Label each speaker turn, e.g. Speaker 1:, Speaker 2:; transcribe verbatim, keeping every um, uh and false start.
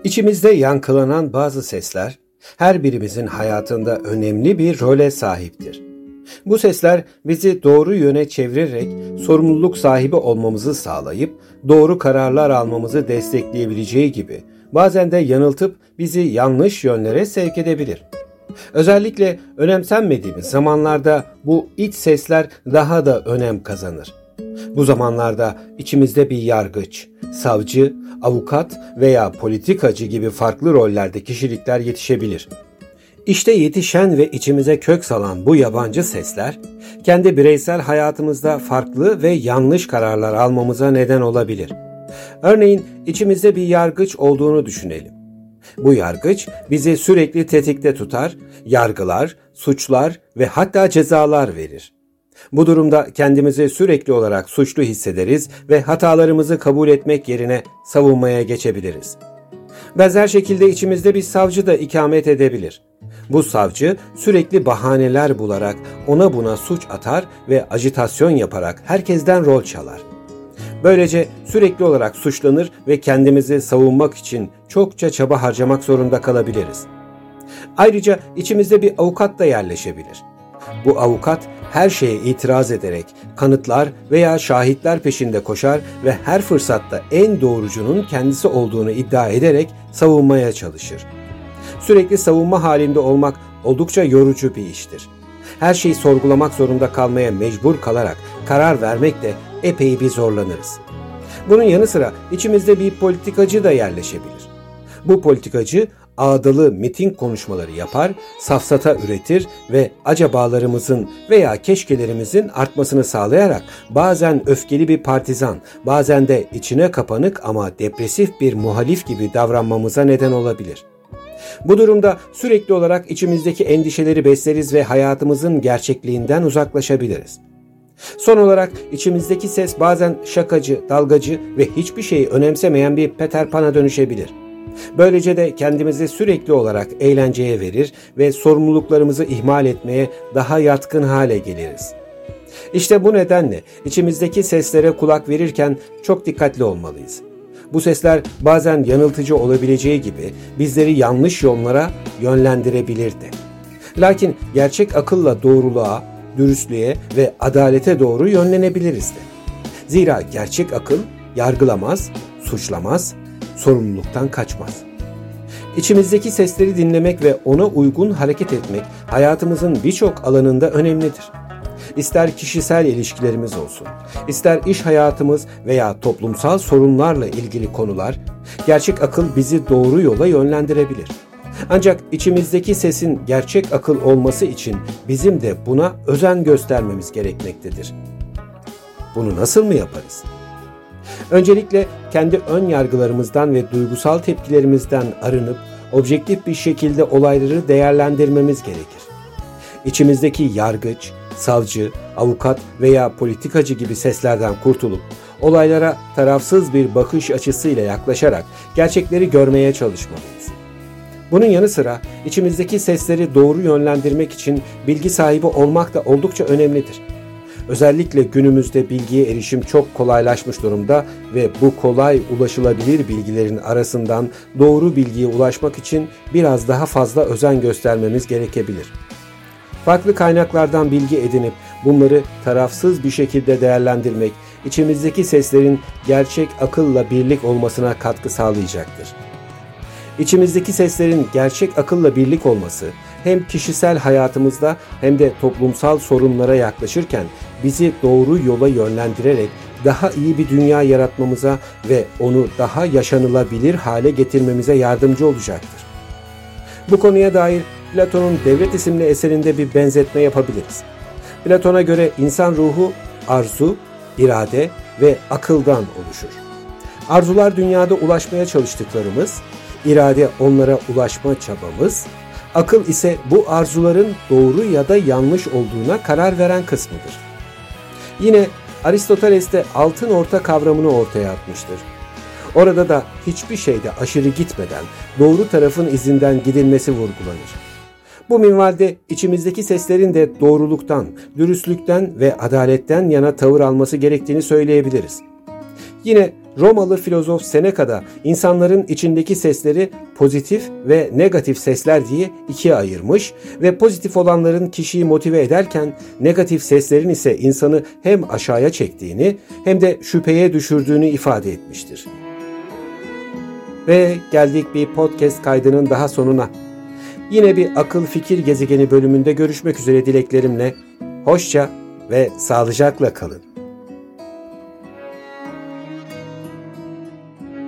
Speaker 1: İçimizde yankılanan bazı sesler, her birimizin hayatında önemli bir role sahiptir. Bu sesler bizi doğru yöne çevirerek sorumluluk sahibi olmamızı sağlayıp doğru kararlar almamızı destekleyebileceği gibi bazen de yanıltıp bizi yanlış yönlere sevk edebilir. Özellikle önemsenmediğimiz zamanlarda bu iç sesler daha da önem kazanır. Bu zamanlarda içimizde bir yargıç, savcı, avukat veya politikacı gibi farklı rollerde kişilikler yetişebilir. İşte yetişen ve içimize kök salan bu yabancı sesler, kendi bireysel hayatımızda farklı ve yanlış kararlar almamıza neden olabilir. Örneğin içimizde bir yargıç olduğunu düşünelim. Bu yargıç bizi sürekli tetikte tutar, yargılar, suçlar ve hatta cezalar verir. Bu durumda kendimizi sürekli olarak suçlu hissederiz ve hatalarımızı kabul etmek yerine savunmaya geçebiliriz. Benzer şekilde içimizde bir savcı da ikamet edebilir. Bu savcı sürekli bahaneler bularak ona buna suç atar ve ajitasyon yaparak herkesten rol çalar. Böylece sürekli olarak suçlanır ve kendimizi savunmak için çokça çaba harcamak zorunda kalabiliriz. Ayrıca içimizde bir avukat da yerleşebilir. Bu avukat her şeye itiraz ederek kanıtlar veya şahitler peşinde koşar ve her fırsatta en doğrucunun kendisi olduğunu iddia ederek savunmaya çalışır. Sürekli savunma halinde olmak oldukça yorucu bir iştir. Her şeyi sorgulamak zorunda kalmaya mecbur kalarak karar vermekte epey bir zorlanırız. Bunun yanı sıra içimizde bir politikacı da yerleşebilir. Bu politikacı ağdalı miting konuşmaları yapar, safsata üretir ve acabalarımızın veya keşkelerimizin artmasını sağlayarak bazen öfkeli bir partizan, bazen de içine kapanık ama depresif bir muhalif gibi davranmamıza neden olabilir. Bu durumda sürekli olarak içimizdeki endişeleri besleriz ve hayatımızın gerçekliğinden uzaklaşabiliriz. Son olarak içimizdeki ses bazen şakacı, dalgacı ve hiçbir şeyi önemsemeyen bir Peter Pan'a dönüşebilir. Böylece de kendimizi sürekli olarak eğlenceye verir ve sorumluluklarımızı ihmal etmeye daha yatkın hale geliriz. İşte bu nedenle içimizdeki seslere kulak verirken çok dikkatli olmalıyız. Bu sesler bazen yanıltıcı olabileceği gibi bizleri yanlış yollara yönlendirebilir de. Lakin gerçek akılla doğruluğa, dürüstlüğe ve adalete doğru yönlenebiliriz de. Zira gerçek akıl yargılamaz, suçlamaz, sorumluluktan kaçmaz. İçimizdeki sesleri dinlemek ve ona uygun hareket etmek hayatımızın birçok alanında önemlidir. İster kişisel ilişkilerimiz olsun, ister iş hayatımız veya toplumsal sorunlarla ilgili konular, gerçek akıl bizi doğru yola yönlendirebilir. Ancak içimizdeki sesin gerçek akıl olması için bizim de buna özen göstermemiz gerekmektedir. Bunu nasıl mı yaparız? Öncelikle kendi ön yargılarımızdan ve duygusal tepkilerimizden arınıp objektif bir şekilde olayları değerlendirmemiz gerekir. İçimizdeki yargıç, savcı, avukat veya politikacı gibi seslerden kurtulup olaylara tarafsız bir bakış açısıyla yaklaşarak gerçekleri görmeye çalışmalıyız. Bunun yanı sıra içimizdeki sesleri doğru yönlendirmek için bilgi sahibi olmak da oldukça önemlidir. Özellikle günümüzde bilgiye erişim çok kolaylaşmış durumda ve bu kolay ulaşılabilir bilgilerin arasından doğru bilgiye ulaşmak için biraz daha fazla özen göstermemiz gerekebilir. Farklı kaynaklardan bilgi edinip bunları tarafsız bir şekilde değerlendirmek, içimizdeki seslerin gerçek akılla birlik olmasına katkı sağlayacaktır. İçimizdeki seslerin gerçek akılla birlik olması, hem kişisel hayatımızda hem de toplumsal sorunlara yaklaşırken bizi doğru yola yönlendirerek daha iyi bir dünya yaratmamıza ve onu daha yaşanılabilir hale getirmemize yardımcı olacaktır. Bu konuya dair Platon'un Devlet isimli eserinde bir benzetme yapabiliriz. Platon'a göre insan ruhu arzu, irade ve akıldan oluşur. Arzular dünyada ulaşmaya çalıştıklarımız, irade onlara ulaşma çabamız, akıl ise bu arzuların doğru ya da yanlış olduğuna karar veren kısmıdır. Yine Aristoteles de altın orta kavramını ortaya atmıştır. Orada da hiçbir şeyde aşırı gitmeden doğru tarafın izinden gidilmesi vurgulanır. Bu minvalde içimizdeki seslerin de doğruluktan, dürüstlükten ve adaletten yana tavır alması gerektiğini söyleyebiliriz. Yine Romalı filozof Seneca da insanların içindeki sesleri pozitif ve negatif sesler diye ikiye ayırmış ve pozitif olanların kişiyi motive ederken negatif seslerin ise insanı hem aşağıya çektiğini hem de şüpheye düşürdüğünü ifade etmiştir. Ve geldik bir podcast kaydının daha sonuna. Yine bir akıl fikir gezegeni bölümünde görüşmek üzere dileklerimle. Hoşça ve sağlıcakla kalın.